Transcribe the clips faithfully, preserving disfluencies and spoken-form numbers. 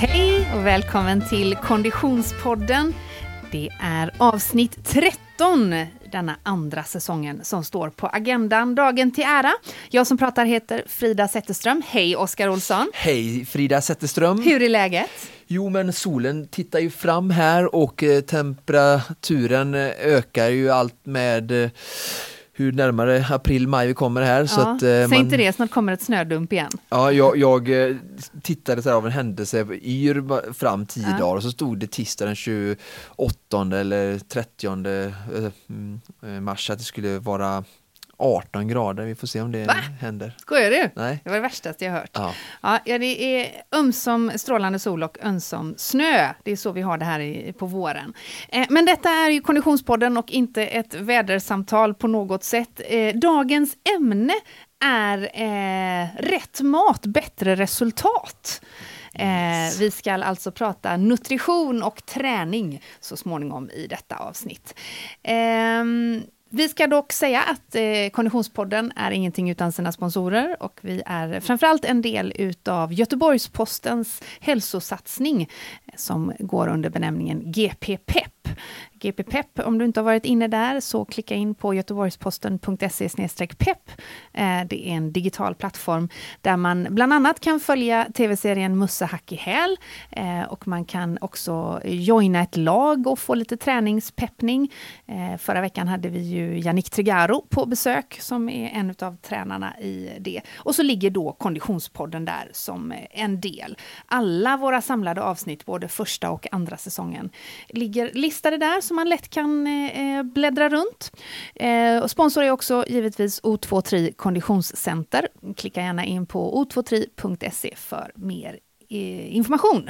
Hej och välkommen till Konditionspodden. Det är avsnitt tretton denna andra säsongen som står på agendan dagen till ära. Jag som pratar heter Frida Zetterström. Hej Oskar Olsson. Hej Frida Zetterström. Hur är läget? Jo, men solen tittar ju fram här och eh, temperaturen ökar ju allt med eh, hur närmare april, maj vi kommer här. Ja, så att, eh, säg man, inte det, snart kommer ett snödump igen. Ja, jag, jag eh, tittade så här av en händelse yr fram tio Ja. dagar och så stod det tisdag den tjugoåttonde eller trettionde eh, mars att det skulle vara arton grader. Vi får se om det Va? händer. Skojar du? Nej. Det var det värstaste jag hört. Ja. Ja, ja, det är ömsom strålande sol och ömsom snö. Det är så vi har det här i, på våren. Eh, men detta är ju Konditionspodden och inte ett vädersamtal på något sätt. Eh, dagens ämne är eh, rätt mat, bättre resultat. Eh, vi ska alltså prata nutrition och träning så småningom i detta avsnitt. Eh, Vi ska dock säga att eh, Konditionspodden är ingenting utan sina sponsorer och vi är framförallt en del utav Göteborgs-Postens hälsosatsning eh, som går under benämningen G P Pep. G P Pep, om du inte har varit inne där så klicka in på göteborgsposten punkt se slash pep. Eh, det är en digital plattform där man bland annat kan följa tv-serien Musse hack i häl eh, och man kan också joina ett lag och få lite träningspeppning. Eh, förra veckan hade vi ju Yannick Trigaro på besök som är en av tränarna i det. Och så ligger då Konditionspodden där som en del. Alla våra samlade avsnitt, både första och andra säsongen, ligger listade där så man lätt kan eh, bläddra runt. Eh, och sponsor är också givetvis O två tre Konditionscenter. Klicka gärna in på o två tre punkt se för mer eh, information.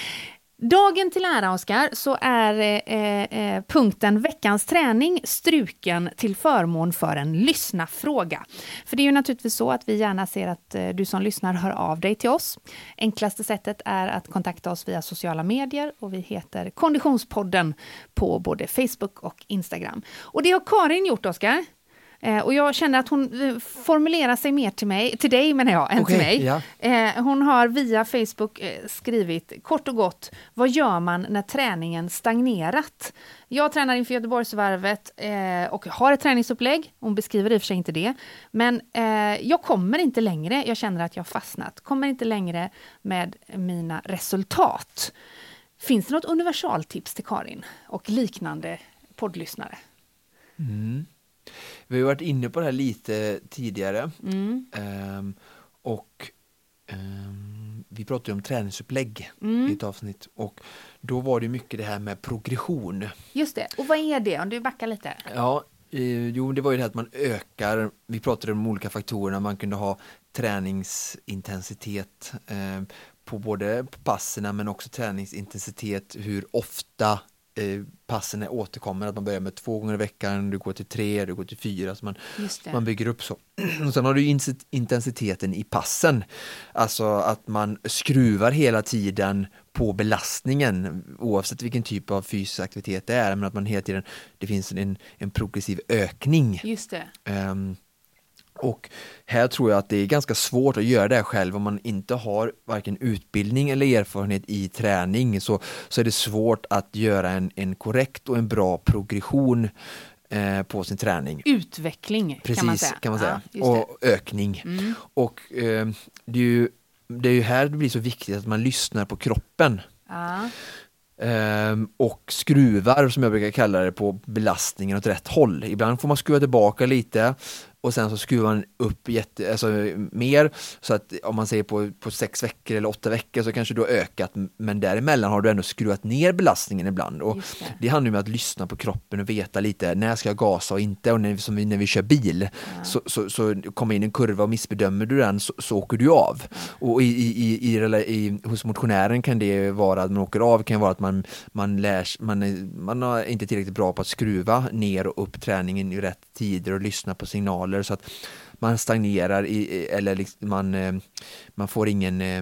Dagen till ära, Oskar, så är eh, eh, punkten veckans träning struken till förmån för en lyssnafråga. För det är ju naturligtvis så att vi gärna ser att eh, du som lyssnar hör av dig till oss. Enklaste sättet är att kontakta oss via sociala medier och vi heter Konditionspodden på både Facebook och Instagram. Och det har Karin gjort, Oskar. Eh, och jag känner att hon eh, formulerar sig mer till mig, till dig menar jag, än Okay, till mig. ja. Eh, hon har via Facebook eh, skrivit kort och gott, vad gör man när träningen stagnerat? Jag tränar inför Göteborgsvarvet eh, och har ett träningsupplägg. Hon beskriver i och för sig inte det. Men eh, jag kommer inte längre, jag känner att jag har fastnat. Kommer inte längre med mina resultat. Finns det något universaltips till Karin och liknande poddlyssnare? Mm. Vi har varit inne på det här lite tidigare Mm. um, och um, vi pratade om träningsupplägg Mm. i ett avsnitt och då var det mycket det här med progression. Just det, och vad är det om du backar lite? Ja, eh, jo det var ju det här att man ökar, vi pratade om de olika faktorerna, man kunde ha träningsintensitet eh, på både passerna men också träningsintensitet, hur ofta passen är återkommer, att man börjar med två gånger i veckan, du går till tre, du går till fyra, så man, man bygger upp så. Och sen har du intensiteten i passen, alltså att man skruvar hela tiden på belastningen oavsett vilken typ av fysisk aktivitet det är, men att man hela tiden, det finns en, en progressiv ökning. Just det. Um, Och här tror jag att det är ganska svårt att göra det själv om man inte har varken utbildning eller erfarenhet i träning, så, så är det svårt att göra en, en korrekt och en bra progression eh, på sin träning. Utveckling. Precis, kan man säga. Kan man säga. Ja, och ökning. Mm. Och eh, det, är ju, det är ju här det blir så viktigt att man lyssnar på kroppen. Ja. Um, och skruvar, som jag brukar kalla det, på belastningen åt rätt håll. Ibland får man skruva tillbaka lite och sen så skruvar man upp jätte, alltså, mer, så att om man säger på, på sex veckor eller åtta veckor så kanske du har ökat, men däremellan har du ändå skruvat ner belastningen ibland. Och det. det handlar ju om att lyssna på kroppen och veta lite när ska jag gasa och inte, och när, som vi, när vi kör bil ja. så, så, så kommer in en kurva och missbedömer du den så, så åker du av. Ja. Och i, i, i, i, i, hos motionären kan det vara att man åker av, kan vara att man, man, lär, man, är, man är inte tillräckligt bra på att skruva ner och upp träningen i rätt tider och lyssna på signaler, så att man stagnerar i, eller liksom man, man får ingen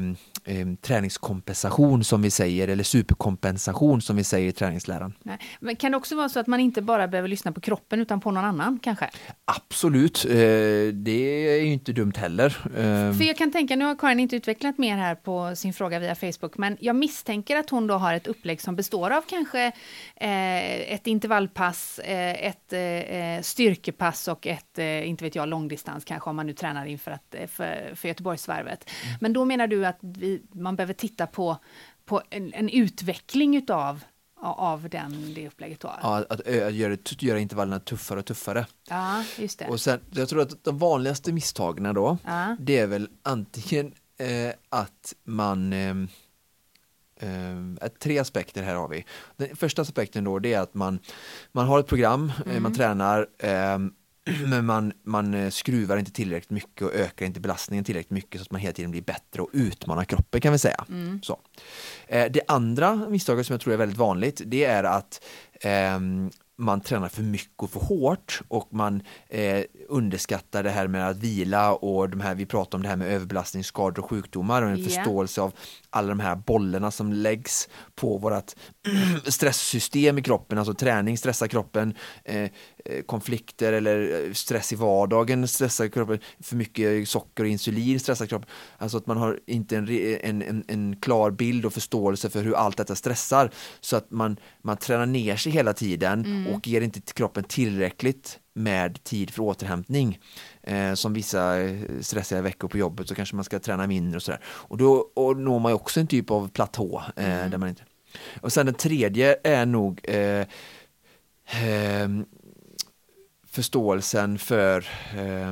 eh, träningskompensation som vi säger, eller superkompensation som vi säger i träningsläran. Nej. Men kan det också vara så att man inte bara behöver lyssna på kroppen utan på någon annan kanske? Absolut, eh, det är ju inte dumt heller. Eh. För jag kan tänka, nu har Karin inte utvecklat mer här på sin fråga via Facebook, men jag misstänker att hon då har ett upplägg som består av kanske eh, ett intervallpass, eh, ett eh, styrkepass och ett, eh, inte vet jag, långdistans kanske om man nu tränar inför att, för, för Göteborgsvarvet. Mm. Men då menar du att vi, man behöver titta på, på en, en utveckling utav av den, det upplägget då? Ja, att, att göra, göra intervallerna tuffare och tuffare. Ja, just det. Och sen, jag tror att de vanligaste misstagen då, ja. det är väl antingen eh, att man eh, eh, tre aspekter här har vi. Den första aspekten då, det är att man, man har ett program, mm. eh, man tränar eh, men man, man skruvar inte tillräckligt mycket och ökar inte belastningen tillräckligt mycket så att man hela tiden blir bättre och utmanar kroppen kan vi säga. Mm. Så. Eh, det andra misstaget som jag tror är väldigt vanligt, det är att eh, man tränar för mycket och för hårt och man eh, underskattar det här med att vila och de här, vi pratar om det här med överbelastning, skador och sjukdomar och en yeah. förståelse av alla de här bollarna som läggs på vårt stresssystem i kroppen, alltså träning stressar kroppen, eh, konflikter eller stress i vardagen stressar kroppen, för mycket socker och insulin stressar kroppen, alltså att man har inte en, en, en, en klar bild och förståelse för hur allt detta stressar, så att man, man tränar ner sig hela tiden mm. och ger inte kroppen tillräckligt med tid för återhämtning. Eh, som vissa stressiga veckor på jobbet så kanske man ska träna mindre och sådär. Och då och når man ju också en typ av platå. Eh, mm. där man inte... Och sen den tredje är nog eh, eh, förståelsen för eh,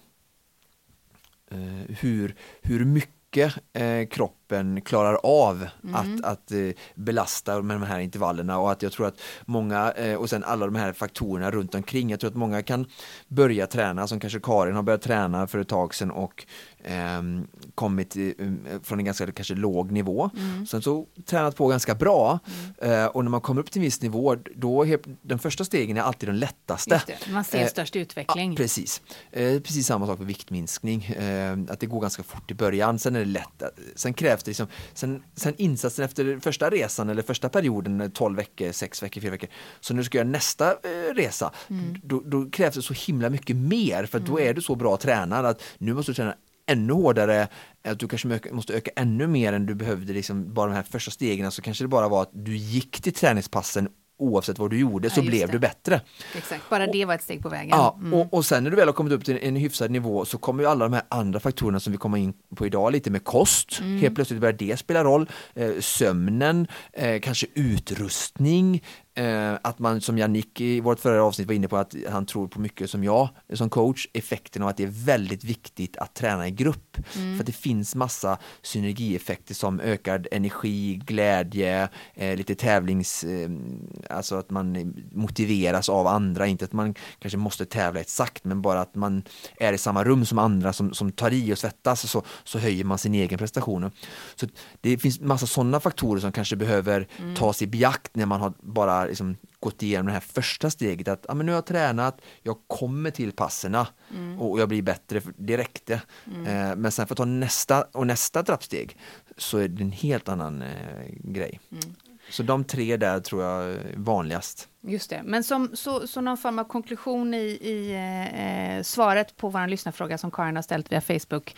eh, hur, hur mycket eh, kroppen klarar av mm. att, att eh, belasta med de här intervallerna, och att jag tror att många, eh, och sen alla de här faktorerna runt omkring, jag tror att många kan börja träna, som kanske Karin har börjat träna för ett tag sedan och eh, kommit eh, från en ganska kanske låg nivå, mm. sen så tränat på ganska bra mm. eh, och när man kommer upp till en viss nivå, då är den första stegen är alltid den lättaste. Just det, man ser eh, störst utveckling. Ja, precis. Eh, precis samma sak med viktminskning, eh, att det går ganska fort i början, sen är det lätt, sen krävs det liksom, sen, sen insatsen efter första resan eller första perioden, tolv veckor, sex veckor, fyra veckor, så nu ska jag nästa eh, resa, mm. då, då krävs det så himla mycket mer, för mm. då är du så bra tränad att nu måste du träna ännu hårdare, att du kanske måste öka ännu mer än du behövde liksom bara de här första stegen, så kanske det bara var att du gick till träningspassen oavsett vad du gjorde, så ja, blev det. du bättre. Exakt, bara det var ett steg på vägen. Ja, mm. och, och sen när du väl har kommit upp till en hyfsad nivå, så kommer ju alla de här andra faktorerna som vi kommer in på idag, lite med kost, mm. helt plötsligt börjar det spela roll, eh, sömnen, eh, kanske utrustning, eh, att man, som Jannik i vårt förra avsnitt var inne på, att han tror på mycket som jag som coach, effekten av att det är väldigt viktigt att träna i grupp, mm. för att det finns massa synergieffekter som ökad energi, glädje, eh, lite tävlings eh, alltså att man motiveras av andra, inte att man kanske måste tävla exakt, men bara att man är i samma rum som andra som, som tar i och svettas, så, så höjer man sin egen prestation. Så det finns massa sådana faktorer som kanske behöver mm. tas i beakt när man har bara liksom gått igenom det här första steget, att ah, men nu har jag tränat, jag kommer till passerna mm. och jag blir bättre, det räckte. Mm. Eh, men sen för att ta nästa och nästa trappsteg, så är det en helt annan eh, grej. Mm. Så de tre där tror jag är vanligast. Just det, men som, så, så någon form av konklusion i, i eh, svaret på vår lyssnarfråga som Karin har ställt via Facebook.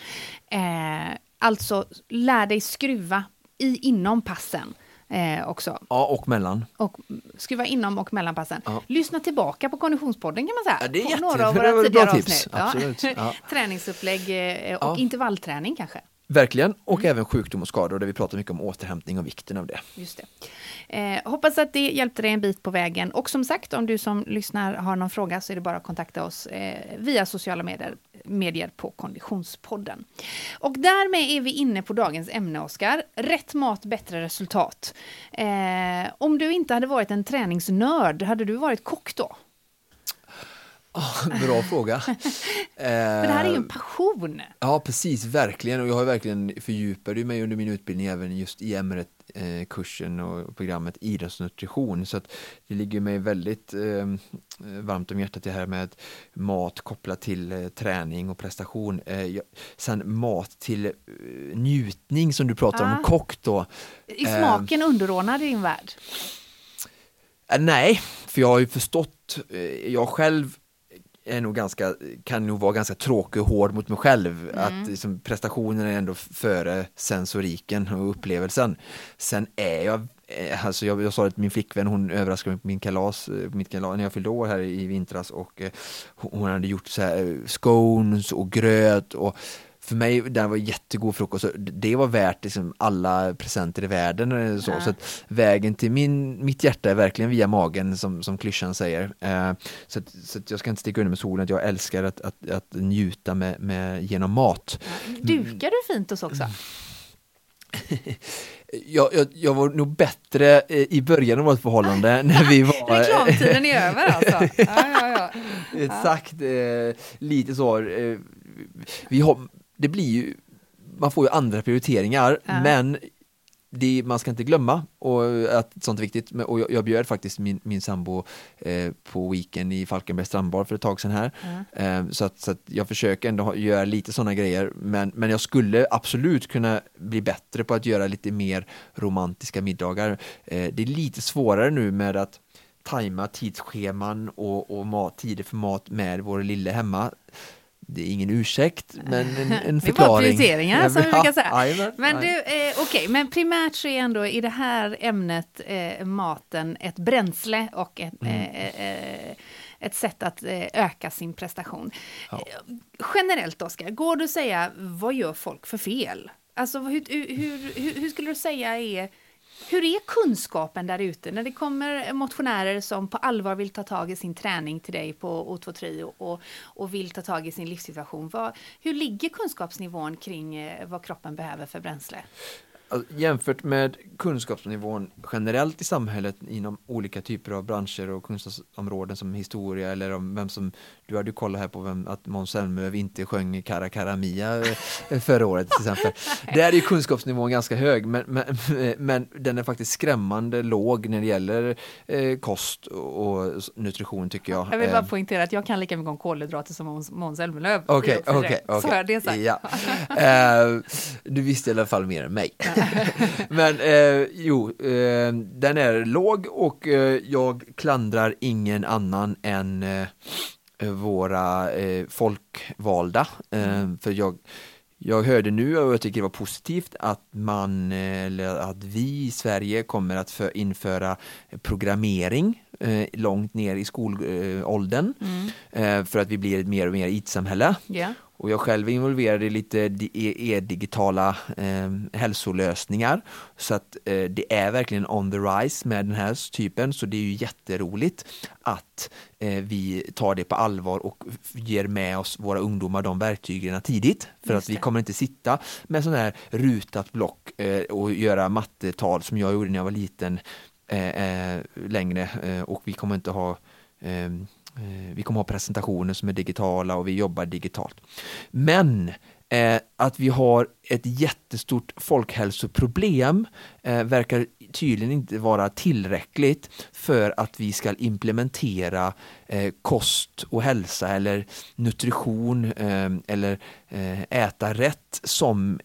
Eh, alltså, lär dig skruva i inom passen. Eh, också. Ja, och mellan. Och skruva inom och mellan passen. Ja. Lyssna tillbaka på Konditionspodden kan man säga. Ja, det är på jätte, några av våra tidigare avsnitt. Absolut. Ja. Träningsupplägg eh, och ja. intervallträning kanske. Verkligen, och mm. även sjukdom och skador, där vi pratar mycket om återhämtning och vikten av det. Just det. Eh, hoppas att det hjälpte dig en bit på vägen. Och som sagt, om du som lyssnar har någon fråga, så är det bara att kontakta oss eh, via sociala medier, medier på Konditionspodden. Och därmed är vi inne på dagens ämne, Oskar. Rätt mat, bättre resultat. Eh, om du inte hade varit en träningsnörd, hade du varit kock då? Oh, bra fråga. För det här är ju en passion. Ja, precis, verkligen. Och jag har verkligen fördjupat mig under min utbildning även just i ämnet, eh, kursen och programmet idrottsnutrition, så att det ligger mig väldigt eh, varmt om hjärtat det här med mat kopplat till eh, träning och prestation. Eh, jag, sen mat till eh, njutning som du pratar ah. om, kock då. I smaken eh, underordnad i din värld? Eh, nej, för jag har ju förstått, eh, jag själv är nog ganska, kan nog vara ganska tråkig och hård mot mig själv. Mm. Att liksom, prestationen är ändå före sensoriken och upplevelsen. Sen är jag, alltså jag, jag sa att min flickvän, hon överraskade mig på min kalas, mitt kalas när jag fyllde år här i vintras, och eh, hon hade gjort så här scones och gröt, och för mig, det var jättegod frukost. Det var värt liksom alla presenter i världen. Så, ja. Så att vägen till min, mitt hjärta är verkligen via magen, som, som klyschan säger. Eh, så att, så att jag ska inte sticka under med solen att jag älskar att, att, att njuta med, med, genom mat. Ja. Dukar du fint hos också? Jag, jag, jag var nog bättre i början av vårt förhållande när vi var... Reklamtiden är över alltså. Ja, ja, ja. Exakt, eh, lite så. Eh, vi har... Det blir ju, man får ju andra prioriteringar, ja. Men det, man ska inte glömma och att sånt är viktigt. Och jag, jag bjöd faktiskt min, min sambo eh, på weekend i Falkenbergs strandbar för ett tag sedan här. Ja. Eh, så, att, så att jag försöker ändå ha, göra lite sådana grejer, men, men jag skulle absolut kunna bli bättre på att göra lite mer romantiska middagar. Eh, det är lite svårare nu med att tajma tidsscheman och, och mat, tider för mat med vår lille hemma. Det är ingen ursäkt, men en, en förklaring. Det är bara prioriteringar som vi brukar säga. Amen, men du, eh, okej, okay, men primärt så är ändå i det här ämnet eh, maten ett bränsle och ett, mm. eh, eh, ett sätt att eh, öka sin prestation. Ja. Generellt, Oskar, går du att säga, vad gör folk för fel? Alltså, hur, hur, hur, hur skulle du säga är... Hur är kunskapen där ute när det kommer motionärer som på allvar vill ta tag i sin träning till dig på O två tre och, och vill ta tag i sin livssituation? Vad, hur ligger kunskapsnivån kring vad kroppen behöver för bränsle? Alltså, jämfört med kunskapsnivån generellt i samhället inom olika typer av branscher och kunskapsområden som historia, eller om vem som, du hade ju kollat här på vem, att Måns Zelmerlöw inte sjöng Cara Cara Mia förra året till exempel. Där är ju kunskapsnivån ganska hög, men, men, men den är faktiskt skrämmande låg när det gäller eh, kost och nutrition, tycker jag. Jag vill bara poängtera att jag kan lika mycket om kolhydrater som Måns, Måns Zelmerlöw. Okej, okej, okej. Ja. uh, du visste i alla fall mer än mig. Men eh, jo, eh, den är låg, och eh, jag klandrar ingen annan än eh, våra eh, folkvalda. Eh, mm. För jag, jag hörde nu, och jag tycker det var positivt, att man, eller att vi i Sverige kommer att för, införa programmering eh, långt ner i skolåldern, mm. eh, för att vi blir ett mer och mer I T-samhälle. Yeah. Och jag själv är involverad i lite e-digitala eh, hälsolösningar. Så att eh, det är verkligen on the rise med den här typen. Så det är ju jätteroligt att eh, vi tar det på allvar och ger med oss våra ungdomar de verktygen tidigt. För att vi kommer inte sitta med sån här rutat block eh, och göra mattetal som jag gjorde när jag var liten eh, eh, längre. Eh, och vi kommer inte ha... Eh, Vi kommer ha presentationer som är digitala och vi jobbar digitalt. Men eh, att vi har ett jättestort folkhälsoproblem eh, verkar tydligen inte vara tillräckligt för att vi ska implementera eh, kost och hälsa eller nutrition eh, eller eh, äta rätt som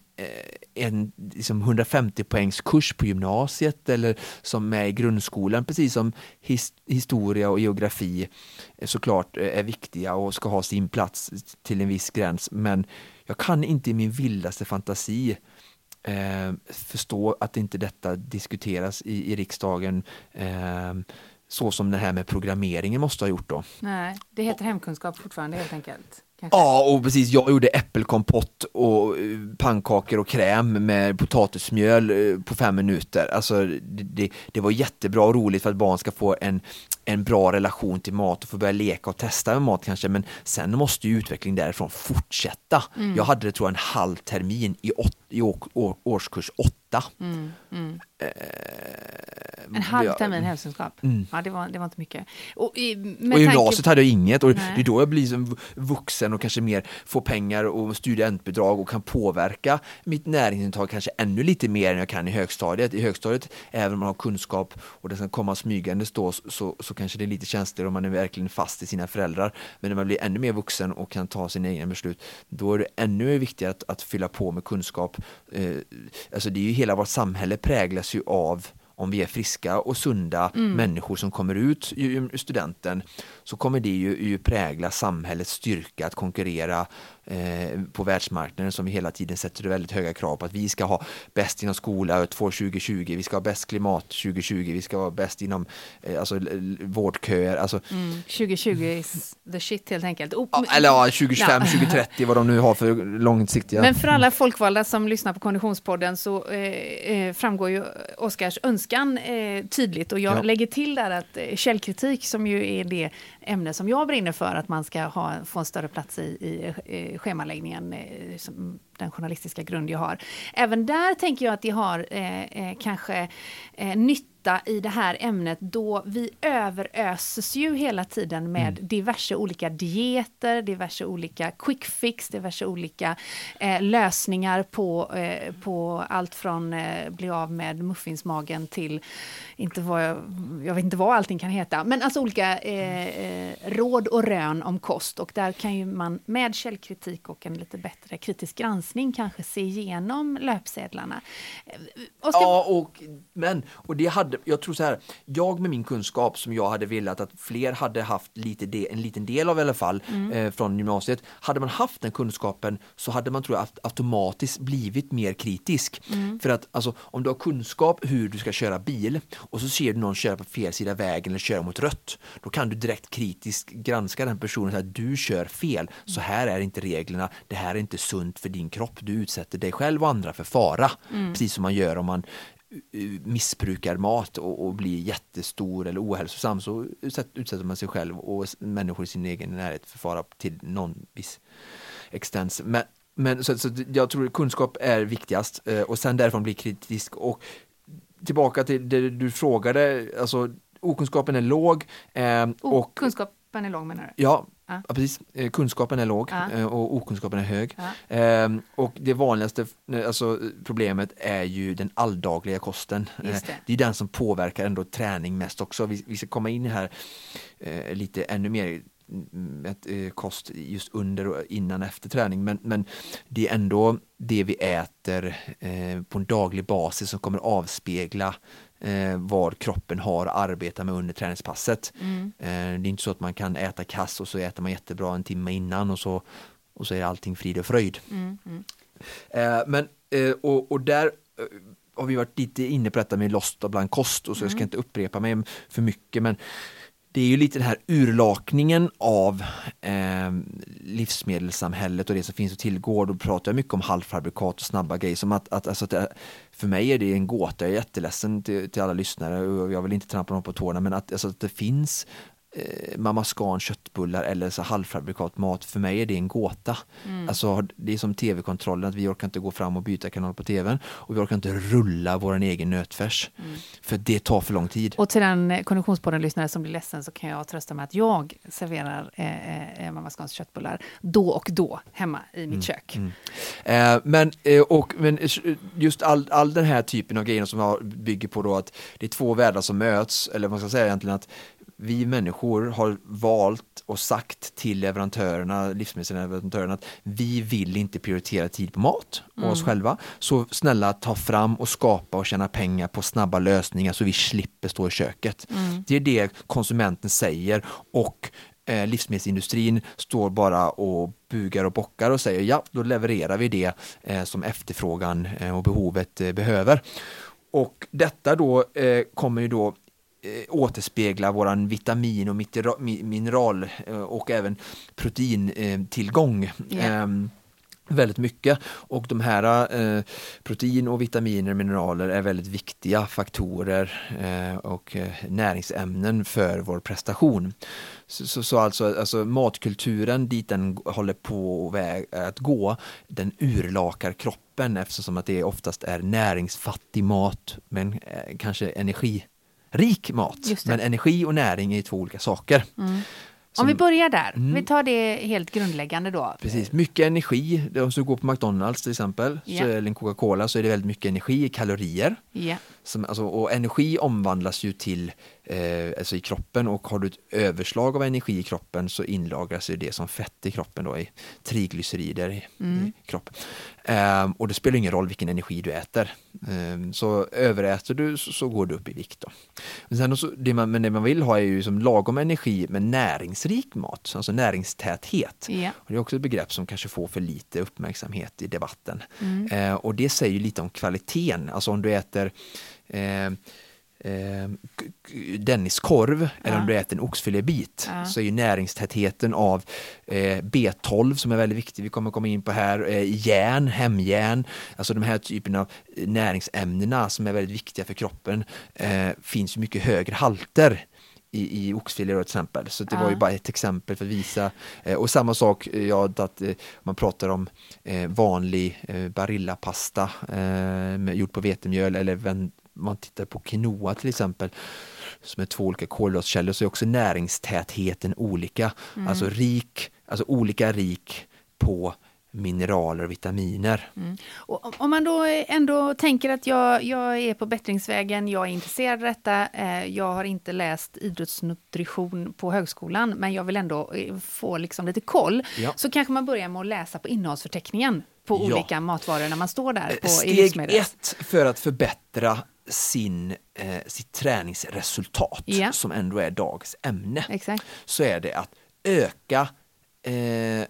en liksom hundrafemtio poängs kurs på gymnasiet eller som är i grundskolan, precis som his- historia och geografi såklart är viktiga och ska ha sin plats till en viss gräns, men jag kan inte i min vildaste fantasi eh, förstå att inte detta diskuteras i, i riksdagen eh, så som det här med programmeringen måste ha gjort då. Nej, det heter hemkunskap fortfarande helt enkelt. Kanske. Ja, och precis. Jag gjorde äppelkompott och pannkakor och kräm med potatismjöl på fem minuter. Alltså, det, det, det var jättebra och roligt för att barn ska få en, en bra relation till mat och få börja leka och testa med mat kanske. Men sen måste ju utvecklingen därifrån fortsätta. Mm. Jag hade det tror jag en halv termin i åtta i å, å, årskurs åtta. Mm, mm. Eh, en halv ja, termin hälsokunskap. Mm. Ja, det var, det var inte mycket. Och i, och i gymnasiet tanke... hade jag inget. Och Nej. det är då jag blir som vuxen och kanske mer får pengar och studentbidrag och kan påverka mitt näringsintag kanske ännu lite mer än jag kan i högstadiet. I högstadiet, även om man har kunskap och det ska komma smygandes då, så, så kanske det är lite känsligare om man är verkligen fast i sina föräldrar. Men när man blir ännu mer vuxen och kan ta sina egna beslut, då är det ännu viktigare att, att fylla på med kunskap. Eh, alltså det är ju hela vårt samhälle präglas ju av om vi är friska och sunda mm. människor som kommer ut ur studenten, så kommer det ju, ju prägla samhällets styrka att konkurrera eh, på världsmarknaden, som vi hela tiden sätter väldigt höga krav på att vi ska ha bäst inom skola tjugo tjugo, vi ska ha bäst klimat tjugo tjugo, vi ska vara bäst inom eh, alltså, vårdköer. Alltså, mm. tjugo tjugo is the shit helt enkelt. Oh, ja, eller ja, tjugo tjugofem, tjugo trettio, vad de nu har för långsiktiga. Men för alla folkvalda som lyssnar på Konditionspodden så eh, framgår ju Oskars önskan eh, tydligt, och jag ja. lägger till där att eh, källkritik, som ju är det ämne som jag brinner för, att man ska ha, få en större plats i, i, i schemaläggningen, eh, som den journalistiska grund jag har. Även där tänker jag att de har eh, eh, kanske eh, nytta i det här ämnet, då vi överöses ju hela tiden med mm. diverse olika dieter, diverse olika quick fix, diverse olika eh, lösningar på, eh, på allt från eh, bli av med muffinsmagen till inte vad jag, jag vet inte vad allting kan heta, men alltså olika eh, eh, råd och rön om kost, och där kan ju man med källkritik och en lite bättre kritisk granskning kanske se igenom löpsedlarna. Och ska... Ja, och, men, och det hade, jag tror så här, jag med min kunskap som jag hade velat att fler hade haft lite de, en liten del av i alla fall mm. eh, från gymnasiet, hade man haft den kunskapen så hade man tror jag automatiskt blivit mer kritisk. Mm. För att alltså, om du har kunskap hur du ska köra bil och så ser du någon köra på fel sida vägen eller köra mot rött, då kan du direkt kritiskt granska den personen och säga att du kör fel, så här är inte reglerna, det här är inte sunt för din kropp, du utsätter dig själv och andra för fara, mm. precis som man gör om man missbrukar mat och, och blir jättestor eller ohälsosam, så utsätter man sig själv och människor i sin egen närhet för fara till någon viss extens. Men, men så, så jag tror att kunskap är viktigast, och sen därifrån bli kritisk. Och tillbaka till det du frågade, alltså okunskapen är låg. Eh, och kunskapen är låg, menar du? Ja, ja. ja, precis. Kunskapen är låg ja. och okunskapen är hög. Ja. Eh, och det vanligaste alltså, problemet är ju den alldagliga kosten. Just det. Eh, det är den som påverkar ändå träning mest också. Vi, vi ska komma in här eh, lite ännu mer ett, eh, kost just under och innan efter träning, men, men det är ändå det vi äter eh, på en daglig basis som kommer avspegla eh, vad kroppen har att arbeta med under träningspasset. Mm. Eh, det är inte så att man kan äta kass och så äter man jättebra en timme innan och så, och så är allting frid och fröjd. Mm. Mm. Eh, men, eh, och, och där eh, har vi varit lite inne på detta med lost och bland kost, och så mm. jag ska inte upprepa mig för mycket, men det är ju lite den här urlakningen av eh, livsmedelssamhället och det som finns att tillgå. Då pratar jag mycket om halvfabrikat och snabba grejer. Som att, att, alltså att det, för mig är det en gåta. Jag är jätteledsen till, till alla lyssnare och jag vill inte trampa någon på tårna. Men att, alltså att det finns eh, Mamma Scan köttbullar eller så halvfabrikat mat, för mig är det en gåta. Mm. Alltså det är som tv-kontrollen, att vi orkar inte gå fram och byta kanal på tvn och vi orkar inte rulla vår egen nötfärs. Mm. För det tar för lång tid. Och till den Konditionspodden-lyssnare som blir ledsen så kan jag trösta med att jag serverar eh, eh, Mamma Scans köttbullar då och då hemma i mitt mm. kök. Mm. Eh, men, eh, och, men just all, all den här typen av grejer som jag bygger på då att det är två världar som möts, eller man ska säga egentligen att vi människor har valt och sagt till leverantörerna, livsmedelsleverantörerna, att vi vill inte prioritera tid på mat och mm. oss själva. Så snälla, ta fram och skapa och tjäna pengar på snabba lösningar så vi slipper stå i köket. Mm. Det är det konsumenten säger, och eh, livsmedelsindustrin står bara och bugar och bockar och säger ja, då levererar vi det eh, som efterfrågan eh, och behovet eh, behöver. Och detta då eh, kommer ju då återspegla våran vitamin och mineral och även proteintillgång. Yeah. väldigt mycket, och de här eh, protein och vitaminer och mineraler är väldigt viktiga faktorer eh, och eh, näringsämnen för vår prestation. Så, så, så alltså, alltså matkulturen dit den håller på väg att gå, den urlakar kroppen eftersom att det oftast är näringsfattig mat men eh, kanske energirik mat. Men energi och näring är två olika saker. Mm. Som, Om vi börjar där, mm. vi tar det helt grundläggande då. Precis, mycket energi. Om du går på McDonalds till exempel, Yeah. så, eller en Coca-Cola, så är det väldigt mycket energi i kalorier. Yeah. Som, alltså, och energi omvandlas ju till eh, alltså i kroppen, och har du ett överslag av energi i kroppen så inlagras ju det som fett i kroppen då, i triglycerider i, mm. i kroppen. Um, och det spelar ingen roll vilken energi du äter. Um, så överäter du så, så går du upp i vikt då. Men, sen så, det man, men det man vill ha är ju som lagom energi med näringsrik mat, alltså näringstäthet. Yeah. Och det är också ett begrepp som kanske får för lite uppmärksamhet i debatten. Mm. Uh, och det säger ju lite om kvaliteten. Alltså om du äter eh, eh, Denniskorv, ja. eller om du äter en oxfilébit, ja. så är ju näringstätheten av eh, B tolv som är väldigt viktig, vi kommer komma in på här, eh, järn, hemjärn, alltså de här typen av näringsämnena som är väldigt viktiga för kroppen, eh, finns ju mycket högre halter i, i oxfilé till exempel. Så det ja. var ju bara ett exempel för att visa. Eh, och samma sak, ja, att eh, man pratar om eh, vanlig eh, barillapasta eh, gjord på vetemjöl, eller vän, man tittar på quinoa till exempel, som är två olika kolhydratkällor, så är också näringstätheten olika. Mm. Alltså rik, alltså olika rik på mineraler och vitaminer. Mm. Och om man då ändå tänker att jag, jag är på bättringsvägen, jag är intresserad av detta, eh, jag har inte läst idrottsnutrition på högskolan, men jag vill ändå få liksom lite koll, ja. så kanske man börjar med att läsa på innehållsförteckningen på ja. olika matvaror när man står där på Steg ett för att förbättra sin, eh, sitt träningsresultat, ja. som ändå är dagens ämne, Exakt. så är det att öka eh,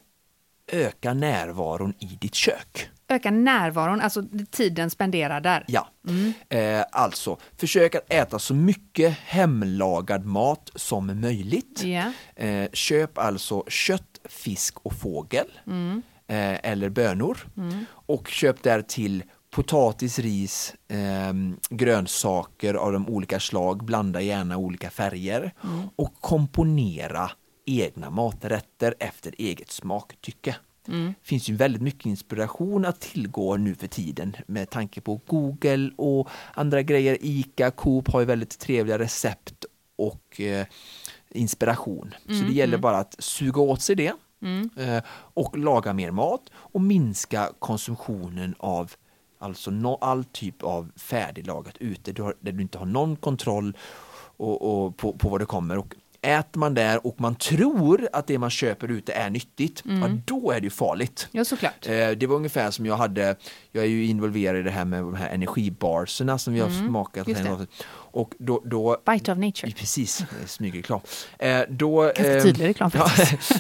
öka närvaron i ditt kök. Öka närvaron, alltså tiden spenderad där. Ja, mm. eh, alltså försök att äta så mycket hemlagad mat som möjligt. Yeah. Eh, köp alltså kött, fisk och fågel mm. eh, eller bönor mm. och köp där till potatis, ris, eh, grönsaker av de olika slag, blanda gärna olika färger mm. och komponera egna maträtter efter eget smaktycke. Mm. Finns ju väldigt mycket inspiration att tillgå nu för tiden med tanke på Google och andra grejer. Ica, Coop har ju väldigt trevliga recept och eh, inspiration. Mm. Så det gäller bara att suga åt sig det mm. eh, och laga mer mat och minska konsumtionen av alltså no, all typ av färdiglagat ute du har, där du inte har någon kontroll och, och på, på vad det kommer. Och äter man där och man tror att det man köper ute är nyttigt, mm. ja, då är det ju farligt. Ja, såklart. Eh, det var ungefär som jag hade, jag är ju involverad i det här med de här energibarserna som vi har mm. smakat. Och då, då, Bite of Nature. Precis, smygreklam. Eh, då, Ganska eh, tydlig reklam faktiskt.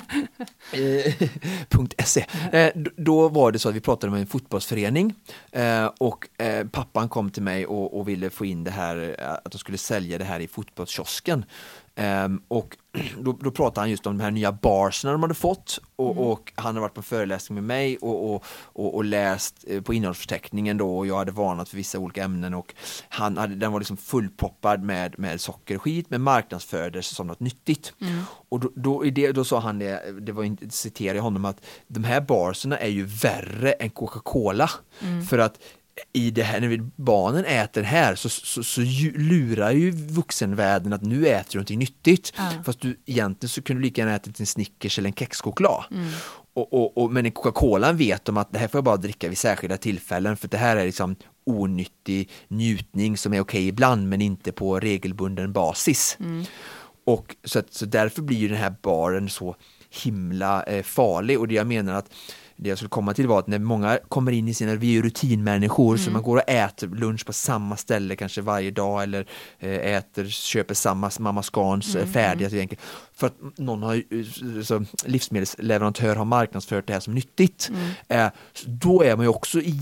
.se. Eh, då, då var det så att vi pratade med en fotbollsförening eh, och eh, pappan kom till mig och, och ville få in det här, att de skulle sälja det här i fotbollskiosken. Um, och då, då pratade han just om de här nya barserna de hade fått och, mm. och han har varit på föreläsning med mig och, och, och, och läst eh, på innehållsförteckningen då, och jag hade varnat för vissa olika ämnen och han hade, den var liksom fullproppad med, med socker och skit, men marknadsfördes som något nyttigt. Mm. Och då, då, i det, då sa han det, det var inte, citerar jag honom, att de här barserna är ju värre än Coca-Cola mm. för att i det här, när vi barnen äter här så, så, så ju, lurar ju vuxenvärlden att nu äter du någonting nyttigt. Mm. Fast du egentligen så kunde du lika gärna äta en Snickers eller en kexchoklad. Mm. Och, och, och, men i Coca-Cola vet de att det här får jag bara dricka vid särskilda tillfällen, för det här är liksom onyttig njutning som är okej ibland men inte på regelbunden basis. Mm. Och så, att, så därför blir ju den här baren så himla eh, farlig, och det jag menar att det jag skulle komma till var att när många kommer in i sina, vi är ju rutinmänniskor mm. så man går och äter lunch på samma ställe kanske varje dag, eller äh, äter, köper samma Mamma Scans mm. färdiga mm. för att någon har, så, livsmedelsleverantör har marknadsfört det här som nyttigt. Mm. Äh, så då är man ju också jätte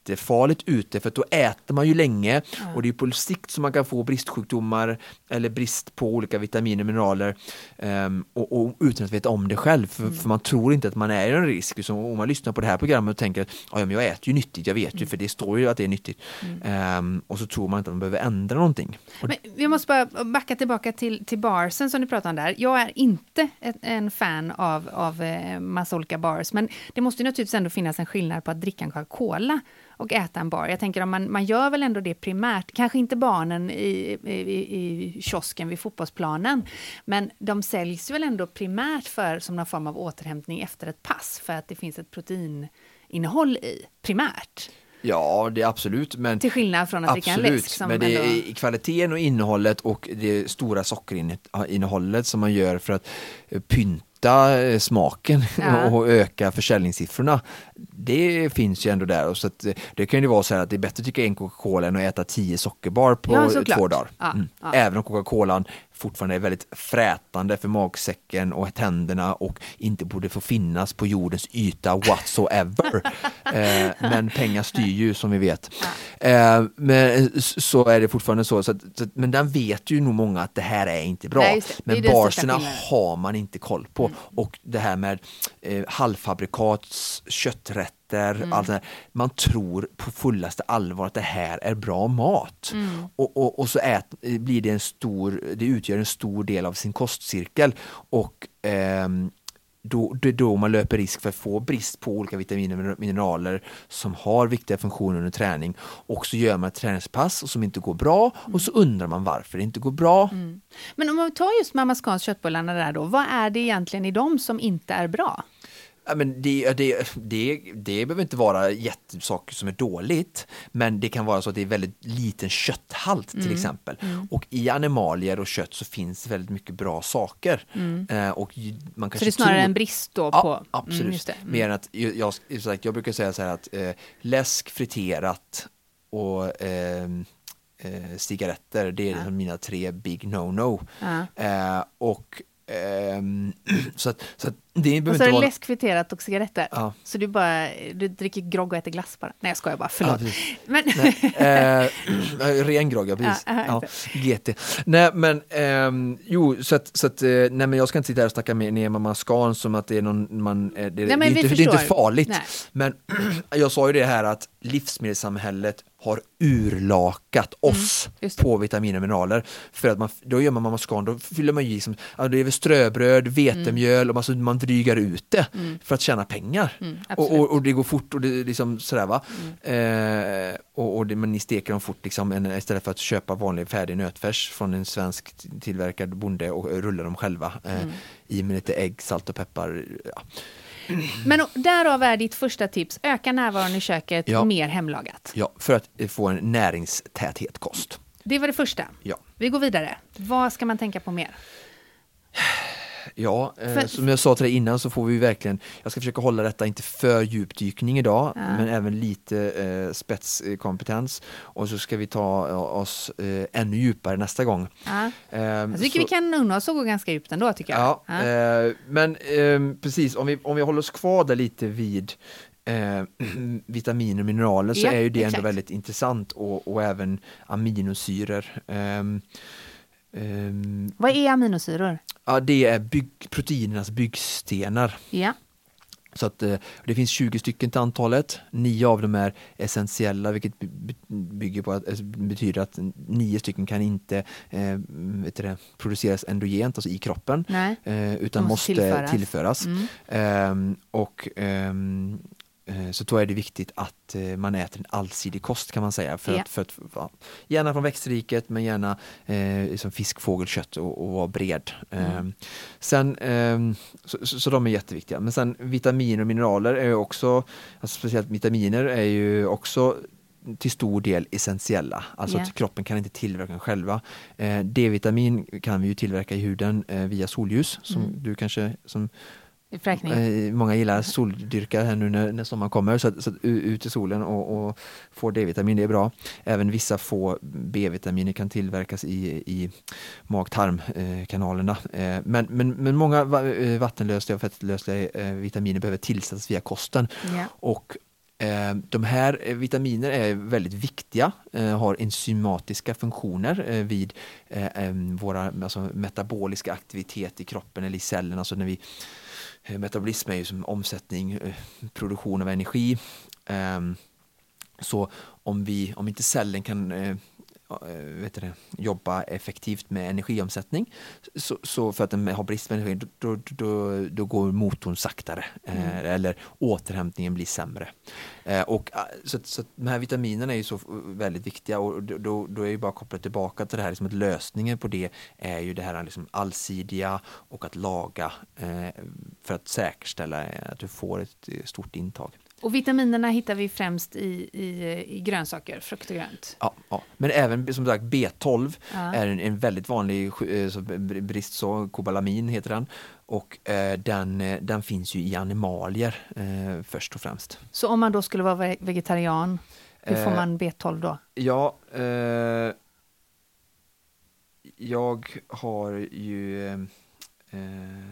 jättefarligt ute, för att då äter man ju länge ja. och det är på sikt som man kan få bristsjukdomar eller brist på olika vitaminer och mineraler um, och, och utan att veta om det själv, för, mm. för man tror inte att man är en risk. Så om man lyssnar på det här programmet och tänker att ja, men jag äter ju nyttigt, jag vet ju, mm. för det står ju att det är nyttigt mm. um, och så tror man inte att man behöver ändra någonting. Men vi måste bara backa tillbaka till, till barsen som du pratade om där. Jag är inte ett, en fan av, av eh, massa olika bars, men det måste ju naturligtvis ändå finnas en skillnad på att dricka en Coca-Cola och äta en bar. Jag tänker om man, man gör väl ändå det primärt, kanske inte barnen i, i, i kiosken vid fotbollsplanen, men de säljs väl ändå primärt för som någon form av återhämtning efter ett pass, för att det finns ett proteininnehåll i, primärt. Ja, det är absolut. Men till skillnad från att absolut, dricka en läsk. Som men det är ändå... kvaliteten och innehållet och det stora sockerinnehållet som man gör för att pynta smaken ja. och öka försäljningssiffrorna. Det finns ju ändå där. Och så att det kan ju vara så här att det är bättre att dricka en Coca-Cola än att äta tio sockerbar på ja, två dagar. Ja, mm. ja. Även om Coca-Colan fortfarande är väldigt frätande för magsäcken och tänderna och inte borde få finnas på jordens yta whatsoever. eh, men pengar styr ju som vi vet. Ja. Eh, men så är det fortfarande så. så, att, så men den vet ju nog många att det här är inte bra. Nej, det. Men det barserna har man inte koll på. Mm. Och det här med eh, halvfabrikats, kötträtter, mm. allt det här. Man tror på fullaste allvar att det här är bra mat. Mm. Och, och, och så ät, blir det en stor, det utgör en stor del av sin kostcirkel. Och ehm, Då, det är då man löper risk för att få brist på olika vitaminer och mineraler som har viktiga funktioner under träning. Och så gör man ett träningspass som inte går bra mm. och så undrar man varför det inte går bra. Mm. Men om man tar just Mamma Scans köttbullarna där då, vad är det egentligen i dem som inte är bra? Ja, men det, det, det, det behöver inte vara jättesaker som är dåligt, men det kan vara så att det är väldigt liten kötthalt till mm. exempel. Mm. Och i animalier och kött så finns väldigt mycket bra saker. Mm. Eh, och man kanske så det är snarare tror... en brist då ja, på... Absolut. Mm, just det. Mm. Mer än att, jag, jag, jag brukar säga så här att eh, läsk, friterat och eh, eh, cigaretter, det är ja. liksom mina tre big no-no. Ja. Eh, och Um, så att, så att det behöver och så är det vara... läsk, friterat och cigaretter. Ja. Så du bara du dricker grogg och äter glass bara. Nej, jag skojar bara, förlåt. Ja, men... Nej, eh, ren grogg, ja, precis. Ja, ja, G T. Nej, men um, jo, så att, så att nej, men jag ska inte sitta här och snacka med ner Mamma Scan som att det är någon man, det, nej, det, är, inte, det är inte farligt. Nej. Men jag sa ju det här att livsmedelssamhället har urlakat oss mm, på vitaminer och mineraler, för att man, då gör man Mamma Scan, då fyller man i liksom, alltså det är väl ströbröd, vetemjöl mm. och man, man drygar ut det mm. för att tjäna pengar mm, och, och, och det går fort och det liksom sådär va mm. eh, och, och det, man steker dem fort liksom, en, istället för att köpa vanlig färdig nötfärs från en svensk tillverkad bonde och rulla dem själva eh, mm. i med lite ägg, salt och peppar ja. Men därav är ditt första tips, öka närvaron i köket, ja. mer hemlagat. Ja, för att få en näringstäthet kost. Det var det första. Ja. Vi går vidare. Vad ska man tänka på mer? Ja, eh, för... som jag sa till dig innan så får vi verkligen, jag ska försöka hålla detta inte för djupdykning idag, ja. men även lite eh, spetskompetens, och så ska vi ta eh, oss eh, ännu djupare nästa gång. Ja. Eh, jag tycker så... vi kan unna oss och gå ganska djupt ändå, tycker jag. Ja, ja. Eh, men eh, precis, om vi, om vi håller oss kvar där lite vid Eh, vitaminer och mineraler så ja, är ju det exakt. ändå väldigt intressant, och, och även aminosyror. Eh, Um, Vad är aminosyror? Ja, det är bygg, proteinernas byggstenar. Ja. Så att uh, det finns tjugo stycken till antalet. Nio av dem är essentiella, vilket bygger på att, betyder att nio stycken kan inte uh, vet det, produceras endogent, alltså i kroppen, uh, utan måste, måste tillföras. tillföras. Mm. Um, och um, så då är det viktigt att man äter en allsidig kost, kan man säga, för, ja. att, för att ja, gärna från växtriket, men gärna eh, som fisk, fågel, kött och, och vara bred. Mm. Eh, sen, eh, så, så, så de är jätteviktiga. Men sen vitaminer och mineraler är ju också, alltså speciellt vitaminer är ju också till stor del essentiella. Alltså yeah. att kroppen kan inte tillverka den själva. Eh, D-vitamin kan vi ju tillverka i huden eh, via solljus, som mm. du kanske som Eh, många gillar soldyrka här nu när, när sommaren kommer, så, att, så att ut i solen och, och få D-vitamin, det är bra. Även vissa få B-vitaminer kan tillverkas i, i mag-tarmkanalerna. Eh, men, men, men många vattenlösliga och fettlösliga eh, vitaminer behöver tillsättas via kosten. Yeah. Och Eh, de här vitaminer är väldigt viktiga, eh, har enzymatiska funktioner eh, vid eh, våra alltså, metaboliska aktivitet i kroppen eller i cellerna. Alltså när vi, eh, metabolism är ju som omsättning, eh, produktion av energi. Eh, så om, vi, om inte cellen kan eh, vet du det, jobba effektivt med energiomsättning så, så för att den har brist på energi då, då, då, då går motorn saktare mm. eh, eller återhämtningen blir sämre. Eh, och, så, så de här vitaminerna är ju så väldigt viktiga och då, då är ju bara kopplat tillbaka till det här liksom att lösningen på det är ju det här liksom allsidiga och att laga eh, för att säkerställa att du får ett stort intag. Och vitaminerna hittar vi främst i, i, i grönsaker, frukt och grönt. Ja, ja, men även som sagt B tolv ja. är en, en väldigt vanlig så, brist, så kobalamin heter den. Och eh, den, den finns ju i animalier eh, först och främst. Så om man då skulle vara vegetarian, hur får eh, man B tolv då? Ja, eh, jag har ju... Eh,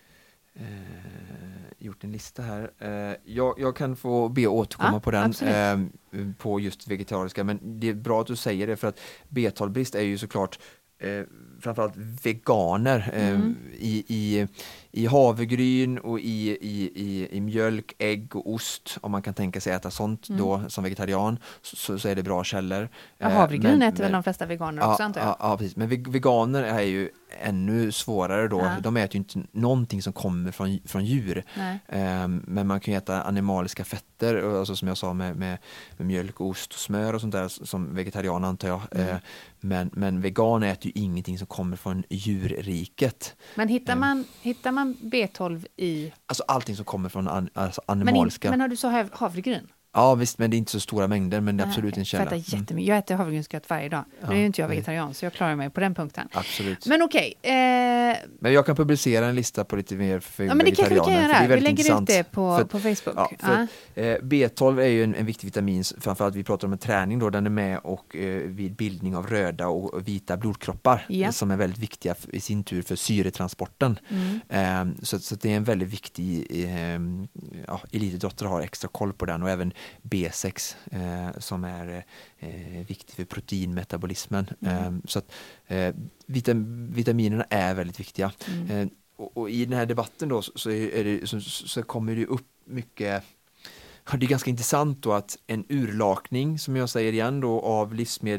Eh, gjort en lista här. Eh, jag, jag kan få be återkomma ah, på den eh, på just vegetariska, men det är bra att du säger det för att B tolv-brist är ju såklart eh, framförallt veganer eh, mm. i, i, i havregryn och i, i, i, i mjölk, ägg och ost, om man kan tänka sig äta sånt mm. då som vegetarian så, så är det bra källor. Ja, havregryn men, äter väl de flesta veganer också, ja, antar jag. Ja, ja, precis. Men veganer är ju ännu svårare då. Ja. De äter ju inte någonting som kommer från, från djur. Um, men man kan ju äta animaliska fetter, alltså som jag sa med, med, med mjölk, ost och smör och sånt där som vegetarian antar jag. Mm. Uh, men, men vegan äter ju ingenting som kommer från djurriket. Men hittar man, um, hittar man B tolv i... Alltså allting som kommer från an, alltså animaliska... Men, in, men har du så havregryn? Ja visst, men det är inte så stora mängder, men det är absolut en källa. Jag äter jättemycket. Jag äter havregrynsgröt varje dag. Ja, nu är ju inte jag vegetarian, så jag klarar mig på den punkten. Absolut. Men okej. Okay, eh... Men jag kan publicera en lista på lite mer för ja, men det vegetarianer. Kan vi, kan göra. Det är vi lägger intressant. ut det på, för, på Facebook. Ja, för, ah. eh, B tolv är ju en, en viktig vitamin, framförallt vi pratar om en träning då, den är med och eh, vid bildning av röda och vita blodkroppar yeah. som är väldigt viktiga för, i sin tur för syretransporten. Mm. Eh, så, så det är en väldigt viktig eh, ja, elitidrottare har extra koll på den och även B sex Eh, som är eh, viktig för proteinmetabolismen. Mm. Eh, så att eh, vitam- vitaminerna är väldigt viktiga. Mm. Eh, och, och i den här debatten då så, så, är det, så, så kommer det upp mycket. Det är ganska intressant då att en urlakning, som jag säger igen då, av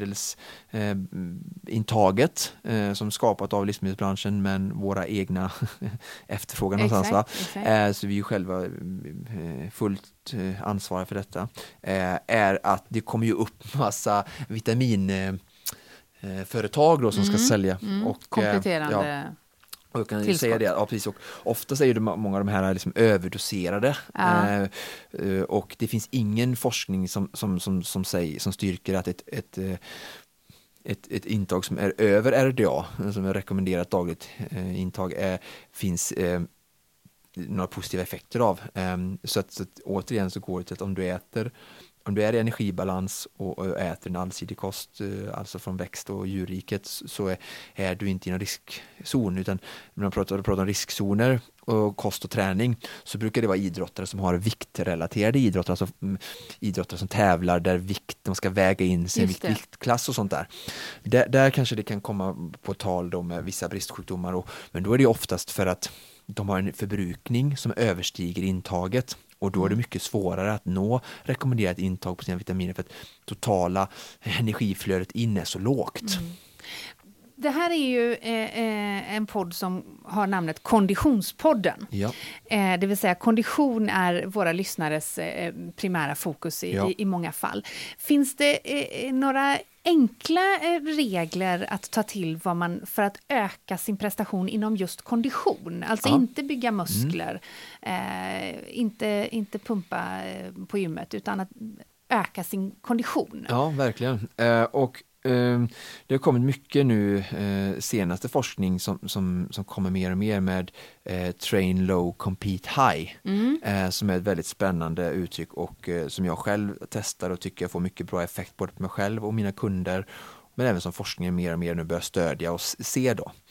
livsmedelsintaget eh, eh, som skapat av livsmedelsbranschen men våra egna efterfrågan någonstans, va? Eh, så vi är ju själva eh, fullt eh, ansvariga för detta, eh, är att det kommer ju upp massa vitamin eh, företag då som mm. ska sälja. Mm. Och, kompletterande eh, ja. Och jag kan ju säga det, ja, precis, och ofta säger du många av de här liksom överdoserade ja. eh, och det finns ingen forskning som, som, som, som, säger, som styrker att ett, ett, ett, ett intag som är över R D A, som är rekommenderat dagligt eh, intag, är, finns eh, några positiva effekter av. Eh, så, att, så att återigen så går det till att om du äter Om du är i energibalans och äter en allsidig kost, alltså från växt- och djurriket, så är, är du inte i en riskzon. Utan när man pratar, pratar om riskzoner och kost och träning, så brukar det vara idrottare som har viktrelaterade idrottare, alltså idrottare som tävlar där vikt, de ska väga in sin vikt, viktklass och sånt där. där. Där kanske det kan komma på tal då med vissa bristsjukdomar, och, men då är det oftast för att de har en förbrukning som överstiger intaget. Och då är det mycket svårare att nå rekommenderat intag på sina vitaminer för att totala energiflödet in är så lågt. Mm. Det här är ju eh, en podd som har namnet Konditionspodden. Ja. Eh, det vill säga kondition är våra lyssnares eh, primära fokus i, ja. i, i många fall. Finns det eh, några enkla eh, regler att ta till vad man, för att öka sin prestation inom just kondition? Alltså ja. inte bygga muskler, mm. eh, inte, inte pumpa eh, på gymmet, utan att öka sin kondition. Ja, verkligen. Eh, och det har kommit mycket nu, eh, senaste forskning som, som, som kommer mer och mer med eh, train low, compete high, mm. eh, som är ett väldigt spännande uttryck och eh, som jag själv testar och tycker jag får mycket bra effekt både på mig själv och mina kunder, men även som forskningen mer och mer nu börjar stödja och se då.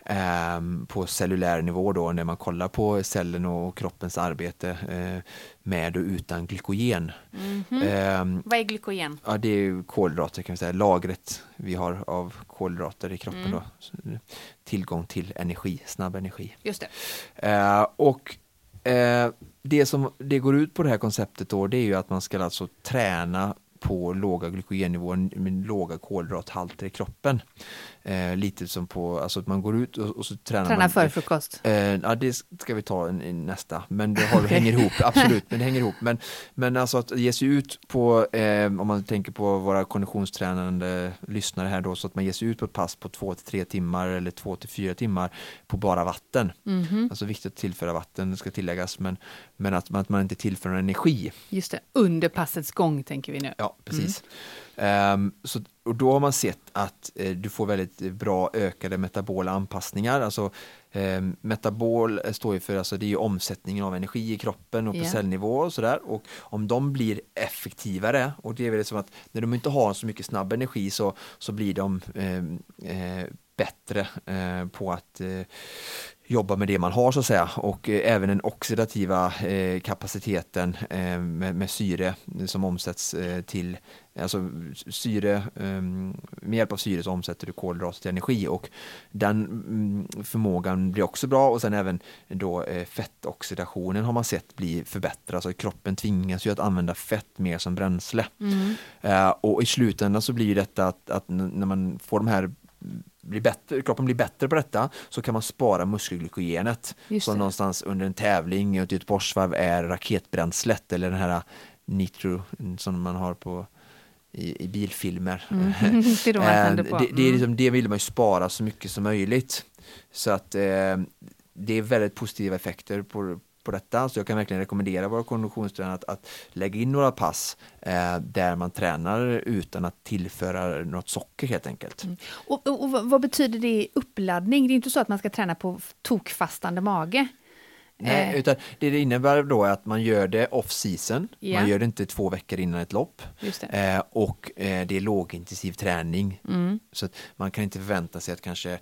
eh, på cellulär nivå då, när man kollar på cellen och kroppens arbete eh, med och utan glykogen. Mm-hmm. Eh, Vad är glykogen? Ja, det är kolhydrater kan vi säga, lagret vi har av kolhydrater i kroppen mm. då. Så, tillgång till energi, snabb energi. Just det. Eh, och eh, det som det går ut på det här konceptet då, det är ju att man ska alltså träna på låga glykogennivåer med låga kolhydrathalter i kroppen. Eh, lite som på, alltså att man går ut och, och så tränar Träna man. för frukost. Eh, ja, det ska vi ta i nästa. Men det har, hänger ihop, absolut. Men det hänger ihop. Men, men alltså att ge sig ut på, eh, om man tänker på våra konditionstränande lyssnare här då, så att man ger sig ut på ett pass på två till tre timmar eller två till fyra timmar på bara vatten. Mm-hmm. Alltså viktigt att tillföra vatten, ska tilläggas, men, men att, man, att man inte tillför någon energi. Just det, under passets gång tänker vi nu. Ja, precis. Mm. Um, så, och då har man sett att eh, du får väldigt bra ökade metabola anpassningar. Alltså eh, metabol står ju för, alltså det är ju omsättningen av energi i kroppen och på yeah. cellnivå och sådär. Och om de blir effektivare, och det är väl som att när de inte har så mycket snabb energi så, så blir de eh, eh, bättre eh, på att eh, jobba med det man har så att säga, och eh, även den oxidativa eh, kapaciteten eh, med, med syre som omsätts eh, till, alltså syre, eh, med hjälp av syre så omsätter du kolhydrater till energi, och den mm, förmågan blir också bra, och sen även då eh, fettoxidationen har man sett bli förbättrad, alltså kroppen tvingas ju att använda fett mer som bränsle. Mm. Eh, och i slutändan så blir detta att, att när man får de här blir bättre, kroppen blir bättre på detta, så kan man spara muskelglykogenet som någonstans under en tävling och ett Göteborgsvarv är raketbränslet, eller den här nitro som man har på i, i bilfilmer. Mm. det, är det, det, det, är liksom, det vill man ju spara så mycket som möjligt, så att eh, det är väldigt positiva effekter på på detta, så jag kan verkligen rekommendera våra konditionstränare att, att lägga in några pass eh, där man tränar utan att tillföra något socker helt enkelt. Mm. Och, och, och vad betyder det uppladdning? Det är inte så att man ska träna på tokfastande mage. Nej, eh. utan det det innebär då är att man gör det off-season. Yeah. Man gör det inte två veckor innan ett lopp. Just det. Eh, och eh, det är lågintensiv träning. Mm. Så att man kan inte förvänta sig att kanske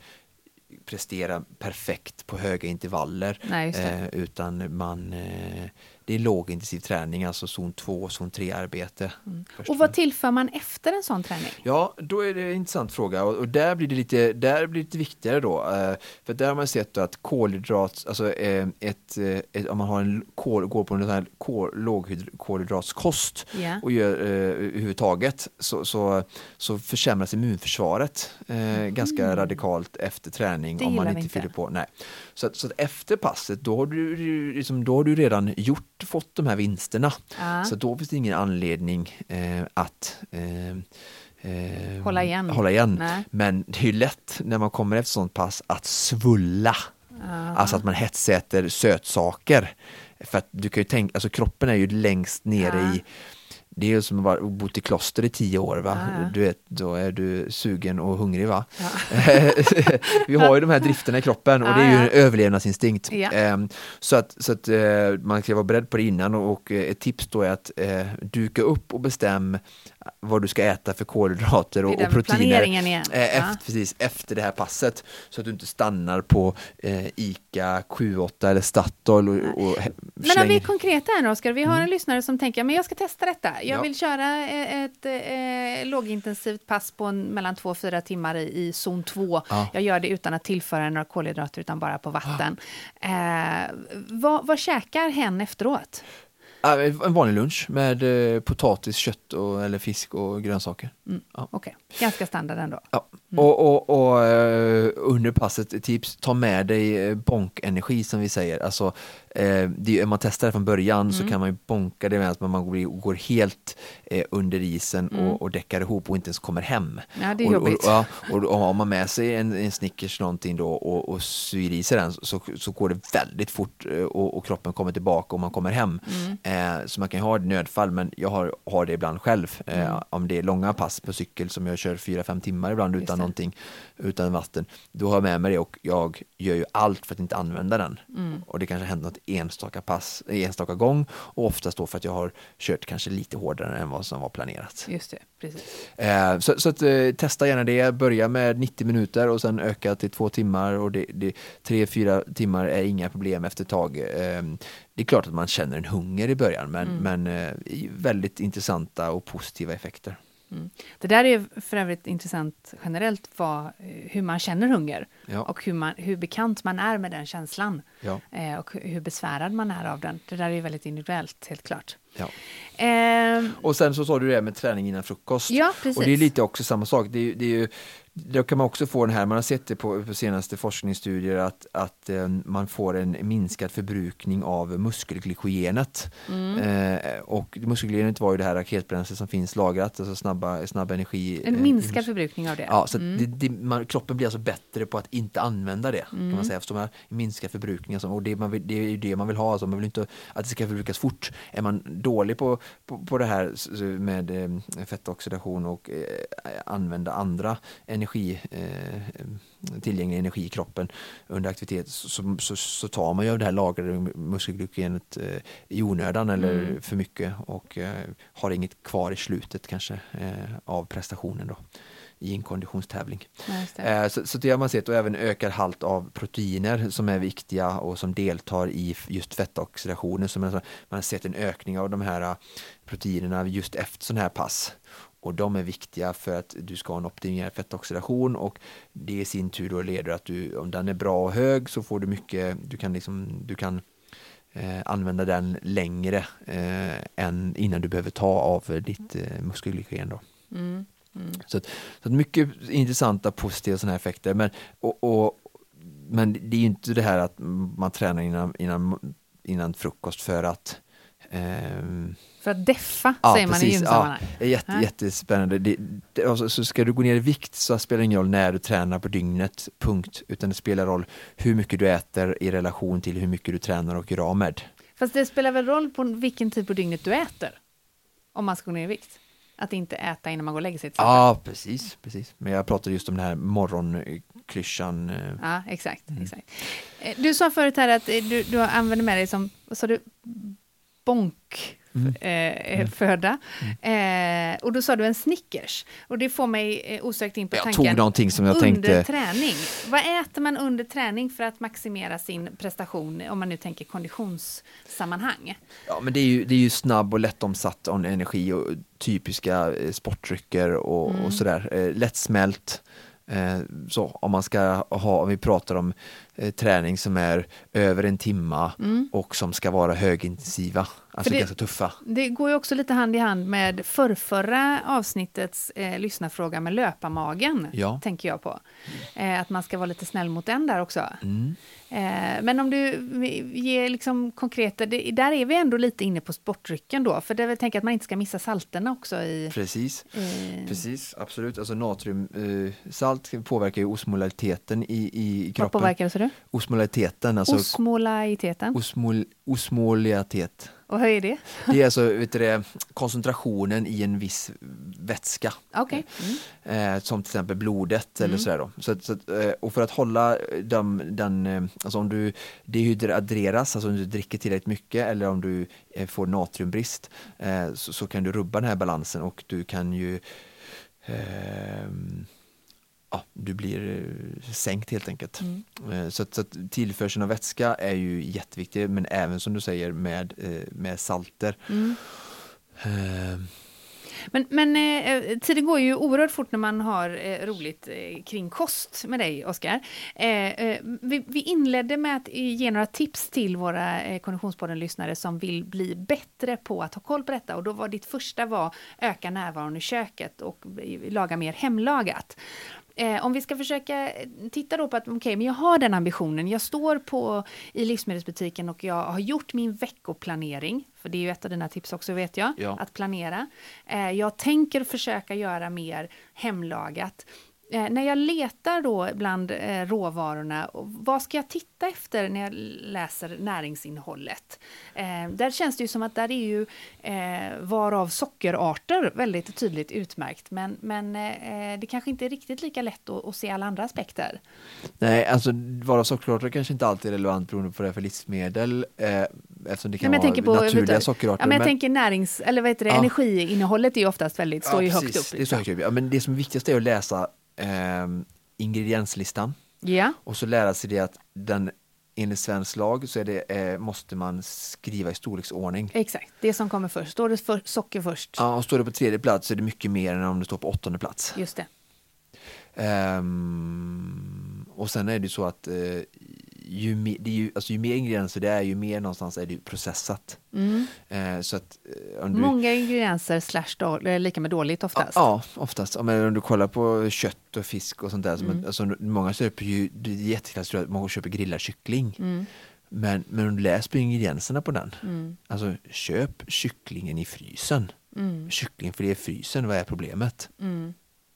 prestera perfekt på höga intervaller. Nej, eh, utan man eh, det är lågintensiv träning, alltså zon två och zon tre arbete. Mm. Och vad tillför man efter en sån träning? Ja, då är det en intressant fråga, och, och där blir det lite där blir det lite viktigare då, eh, för där har man sett att kolhydrat, alltså eh, ett, ett om man har en kol, går på en sån här kol, lågkolhydratskost yeah. och gör eh, överhuvudtaget så, så, så försämras immunförsvaret eh, mm. ganska radikalt efter träning, det om man inte, inte fyller på. Nej. Så, att, så att efter passet då har du liksom, då har du redan gjort fått de här vinsterna. Ah. Så då finns det ingen anledning eh, att eh, eh, hålla igen. Hålla igen. Men det är ju lätt när man kommer efter sånt pass att svulla. Ah. Alltså att man hetsäter sötsaker. För att du kan ju tänka, alltså kroppen är ju längst nere ah. i, det är ju som att ha bott i kloster i tio år, va? Ah. Du vet, då är du sugen och hungrig, va? Ja. Vi har ju de här drifterna i kroppen, och ah, det är ju en överlevnadsinstinkt. Ja. Um, så att, så att uh, man ska vara beredd på det innan, och, och ett tips då är att uh, duka upp och bestäm vad du ska äta för kolhydrater och, och proteiner igen. Uh, efter, ja. precis, efter det här passet, så att du inte stannar på uh, Ica, Q åtta eller Statoil och, och Men om vi är konkreta här, Oskar, vi har en mm. lyssnare som tänker, men jag ska testa detta. Jag ja. vill köra ett, ett, ett lågintensivt pass på en, mellan två och fyra timmar i, i zon två. Ja. Jag gör det utan att tillföra några kolhydrater, utan bara på vatten. Ja. Eh, vad, vad käkar hen efteråt? En vanlig lunch med eh, potatis, kött och, eller fisk och grönsaker. Mm. Ja. Okej, okay. Ganska standard ändå. Ja. Mm. Och, och, och uh, under passet, tips, ta med dig bonkenergi som vi säger. Alltså, eh, det, om man testar det från början mm. så kan man ju bonka det med att man går, går helt eh, under isen mm. och, och däckar ihop och inte ens kommer hem. Ja, det är och, jobbigt. Och, ja, och, och har man med sig en, en Snickers någonting då och, och syr i sig den, så, så går det väldigt fort och, och kroppen kommer tillbaka och man kommer hem. Mm. Eh, så man kan ha ett nödfall, men jag har, har det ibland själv. Eh, mm. Om det är långa pass på cykel som jag kör fyra, fem timmar ibland utan någonting utan vatten, då har jag med mig det och jag gör ju allt för att inte använda den. Mm. Och det kanske händer något enstaka pass, enstaka gång och oftast då för att jag har kört kanske lite hårdare än vad som var planerat. Just det, precis. Eh, så så att, eh, testa gärna det, börja med nittio minuter och sen öka till två timmar och det, det, tre, fyra timmar är inga problem efter ett tag. Eh, det är klart att man känner en hunger i början men, mm. men eh, väldigt intressanta och positiva effekter. Mm. Det där är för övrigt intressant generellt vad, hur man känner hunger ja. och hur, man, hur bekant man är med den känslan ja. eh, och hur besvärad man är av den. Det där är väldigt individuellt, helt klart. Ja. Eh, och sen så sa du det med träning innan frukost. Ja, precis. Och det är lite också samma sak. Det är, det är ju, då kan man också få den här, man har sett det på, på senaste forskningsstudier att, att eh, man får en minskad förbrukning av muskelglykogenet. Mm. Eh, och muskelglykogenet var ju det här raketbränsle som finns lagrat, alltså snabba, snabb energi. En minskad eh, förbrukning av det. Ja, så mm. det, det, man, kroppen blir alltså bättre på att inte använda det. Mm. Kan man säga, man minskar förbrukningen. Och det, man vill, det är ju det man vill ha. Alltså man vill inte att det ska förbrukas fort. Är man dålig på, på, på det här med eh, fettoxidation och eh, använda andra energi, eh, tillgänglig energi i kroppen under aktivitet så, så, så tar man ju av det här lagrade muskelglykogenet eh, i onödan eller mm. för mycket och eh, har inget kvar i slutet kanske eh, av prestationen då i en konditionstävling. Eh, så, så det har man sett och även ökad halt av proteiner som är viktiga och som deltar i just fettoxidationen. Så man, man har sett en ökning av de här proteinerna just efter sån här pass. Och de är viktiga för att du ska ha en optimerad fettoxidation och det i sin tur då leder att du, om den är bra och hög så får du mycket, du kan liksom, du kan eh, använda den längre eh, än innan du behöver ta av ditt eh, muskelglykogen då. Mm. Mm. Så, att, så att mycket intressanta positiva sådana här effekter men, och, och, men det är ju inte det här att man tränar innan, innan, innan frukost för att ehm, för att deffa ja, säger man precis, i gymsammanhang. Ja, jätte, ja. Jättespännande. Det, det, alltså, så ska du gå ner i vikt så spelar det ingen roll när du tränar på dygnet, punkt. Utan det spelar roll hur mycket du äter i relation till hur mycket du tränar och gör av med. Fast det spelar väl roll på vilken tid på dygnet du äter? Om man ska gå ner i vikt. Att inte äta innan man går och lägger sig. Ja, precis, precis. Men jag pratade just om den här morgonklyschan. Ja, exakt, mm. exakt. Du sa förut här att du, du använder med dig som, vad sa du, bonk. Mm. Eh, föda. Mm. Eh, och då sa du en Snickers. Och det får mig eh, osökt in på jag tanken tog någonting som jag under tänkte... träning. Vad äter man under träning för att maximera sin prestation om man nu tänker konditionssammanhang? Ja, men det är ju, det är ju snabb och lättomsatt av energi och typiska eh, sportdrycker och, mm. och sådär. Eh, lättsmält. Eh, så om man ska ha, om vi pratar om eh, träning som är över en timma mm. och som ska vara högintensiva, alltså det, ganska tuffa. Det går ju också lite hand i hand med förrförra avsnittets eh, lyssnarfråga med löparmagen, ja. tänker jag på. Eh, att man ska vara lite snäll mot den där också. Mm. Eh, men om du ger liksom konkreta, det, där är vi ändå lite inne på sportdrycken då, för det vill tänka att man inte ska missa salterna också i... Precis, eh, precis, absolut. Alltså natriumsalt eh, påverkar ju osmolariteten i, i kroppen. Vad påverkar det, så du? Osmolariteten. Alltså osmolariteten? Osmol, osmolaritet. Och hur är det? Det är alltså vet du det, koncentrationen i en viss vätska. Okay. Mm. Eh, som till exempel blodet mm. eller sådär då. Så, så, och för att hålla dem, den, alltså om du dehydreras, alltså om du dricker tillräckligt mycket eller om du eh, får natriumbrist eh, så, så kan du rubba den här balansen och du kan ju eh, ja, du blir sänkt helt enkelt. Mm. Så, att, så att tillförseln av vätska är ju jätteviktig, men även som du säger med, med salter. Mm. Uh. Men, men eh, tiden går ju oerhört fort när man har eh, roligt eh, kring kost med dig, Oskar. Eh, eh, vi, vi inledde med att ge några tips till våra eh, Konditionspodden-lyssnare som vill bli bättre på att ha koll på detta. Och då var ditt första var öka närvaron i köket och laga mer hemlagat. Eh, om vi ska försöka titta då på att okay, men jag har den ambitionen. Jag står på i livsmedelsbutiken och jag har gjort min veckoplanering. För det är ju ett av dina tips också, vet jag. Ja. Att planera. Eh, jag tänker försöka göra mer hemlagat. Eh, när jag letar då bland eh, råvarorna, vad ska jag titta efter när jag läser näringsinnehållet? Eh, där känns det ju som att där är ju eh, varav sockerarter väldigt tydligt utmärkt. Men, men eh, det kanske inte är riktigt lika lätt att, att se alla andra aspekter. Nej, alltså varav sockerarter kanske inte alltid är relevant beroende på det för livsmedel. Eh, eftersom det kan Nej, vara på, naturliga sockerarter. Ja, men jag men, tänker närings, eller vad heter det, ja. energiinnehållet är ju oftast väldigt, står ja, ju precis, högt upp. Det är så högt upp. Ja, men det som är viktigast är att läsa eh, ingredienslistan. Ja. Och så lära sig det att den enligt svensk lag så är det, eh, måste man skriva i storleksordning. Exakt, det som kommer först. Står det för, socker först? Ja, och står det på tredje plats så är det mycket mer än om det står på åttonde plats. Just det. Um, och sen är det så att uh, ju, me, det är ju, alltså, ju mer ingredienser det är, ju mer någonstans är det processat. Mm. Uh, så att, uh, om du, Många ingredienser slash då, lika med dåligt oftast. Ja, ja oftast. Om, om du kollar på kött och fisk och sånt där. Mm. Som, alltså, många köper ju, det är jätteklassiskt att många köper grillad kyckling. Mm. Men, men om du läser på ingredienserna på den. Mm. Alltså köp kycklingen i frysen. Mm. Kyckling för det är frysen, vad är problemet? Mm.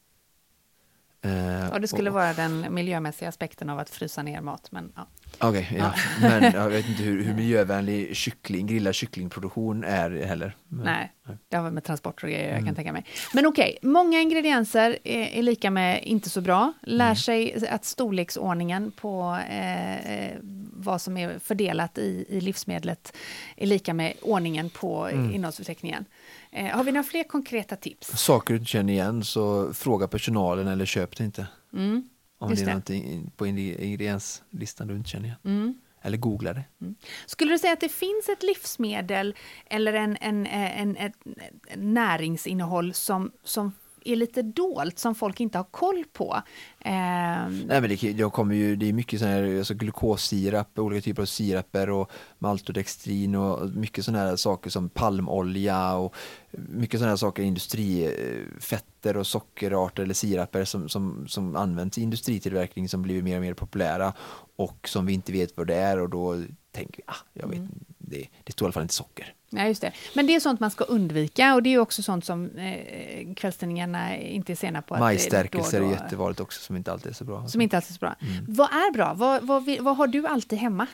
Uh, och det skulle och, vara den miljömässiga aspekten av att frysa ner mat. Men, ja. Okej, okay, ja. Men jag vet inte hur, hur miljövänlig kyckling, grillad kycklingproduktion är heller. Men, nej, det har med transporter och grejer mm. jag kan tänka mig. Men okej, okay, många ingredienser är, är lika med inte så bra. Lär mm. sig att storleksordningen på eh, vad som är fördelat i, i livsmedlet är lika med ordningen på mm. innehållsförteckningen. Eh, har vi några fler konkreta tips? Saker du inte känner igen så fråga personalen eller köp det inte. Mm. Om Just det är det. någonting på ingredienslistan du inte känner igen. Mm. Eller googla det. Mm. Skulle du säga att det finns ett livsmedel eller en, en, en, en, en näringsinnehåll som, som är lite dolt, som folk inte har koll på? Eh... Nej, men det, det kommer ju, det är mycket sån här, alltså glukossirap, olika typer av siraper och maltodextrin och mycket sådana här saker som palmolja och mycket sådana här saker, industrifetter och sockerarter eller siraper som, som, som används i industritillverkning som blir mer och mer populära och som vi inte vet vad det är och då tänker vi, ah, jag vet, mm. det, det står i alla fall inte socker. Ja, just det. Men det är sånt man ska undvika och det är också sånt som eh, kvällstidningarna inte är sena på. Majsstärkelser är jättevanligt också som inte alltid är så bra. Som inte alltid är så bra. Mm. Vad är bra? Vad, vad, vad har du alltid hemma?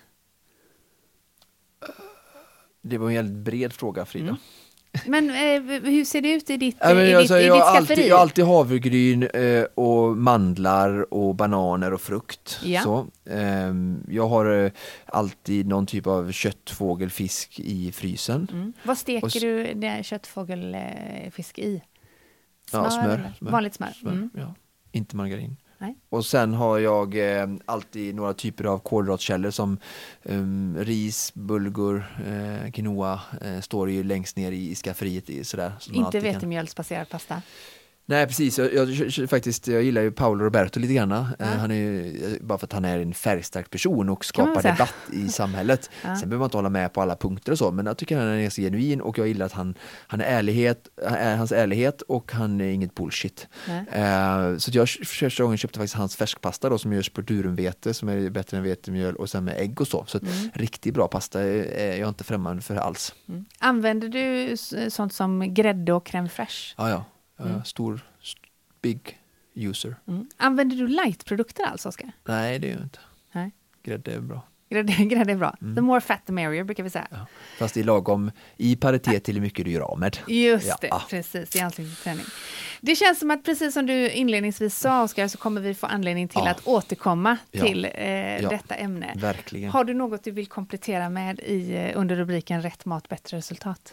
Det var en väldigt bred fråga, Frida. Mm. Men eh, hur ser det ut i ditt, ja, i alltså, ditt, i jag ditt har skafferi? Alltid, jag har alltid havregryn eh, och mandlar och bananer och frukt. Ja. Så, eh, jag har eh, alltid någon typ av kött, fågel, fisk i frysen. Mm. Vad steker och, du det kött, fågel, eh, fisk i? Smör, ja, smör, smör. Vanligt smör? smör Mm. ja. Inte margarin. Nej. Och sen har jag eh, alltid några typer av kolhydratkällor som um, ris, bulgur, eh, quinoa eh, står ju längst ner i, i skafferiet. I, sådär, inte vetemjölsbaserad pasta? Nej, precis. Jag, jag, jag, faktiskt, jag gillar ju Paolo Roberto lite grann. Ja. Eh, han är ju, bara för att han är en färgstark person och skapar debatt i samhället. Ja. Sen behöver man inte hålla med på alla punkter och så, men jag tycker han är ganska genuin och jag gillar att han, han är ärlighet, är hans ärlighet och han är inget bullshit. Eh, så jag första gången köpte faktiskt hans färskpasta då, som görs på durumvete som är bättre än vetemjöl och sen med ägg och så. Så mm. riktigt bra pasta är jag inte främmande för alls. Mm. Använder du sånt som grädde och crème fraîche? Ja, ja. Mm. Stor, st- big user. Mm. Använder du light-produkter alltså, Oskar? Nej, det gör jag inte. Nej. Grädde är bra. Grädde, grädde är bra. Mm. The more fat the merrier, brukar vi säga. Ja. Fast det är lagom i paritet till hur mycket du gör av med. Just ja. det, ah. precis. I anslutning till träning. Det känns som att precis som du inledningsvis sa, Oskar, så kommer vi få anledning till ja. att återkomma ja. till eh, ja. detta ämne. Verkligen. Har du något du vill komplettera med i, under rubriken Rätt mat, bättre resultat?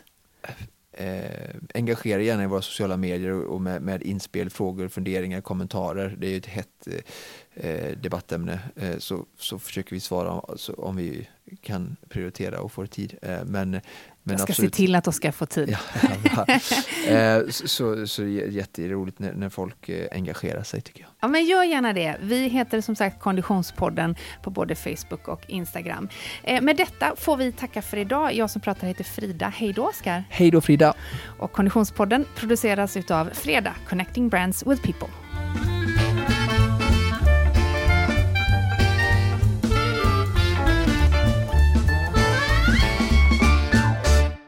Eh, engagera gärna i våra sociala medier och med, med inspel, frågor, funderingar, kommentarer. Det är ju ett hett eh, debattämne eh, så, så försöker vi svara alltså, om vi kan prioritera och få tid. Eh, men, men jag ska absolut, se till att Oskar får tid. Ja, ja, eh, så, så, så jätteroligt när, när folk eh, engagerar sig, tycker jag. Ja, men gör gärna det. Vi heter som sagt Konditionspodden på både Facebook och Instagram. Eh, med detta får vi tacka för idag. Jag som pratar heter Frida. Hej då, Oskar. Hej då, Frida. Och Konditionspodden produceras utav Freda, Connecting Brands with People.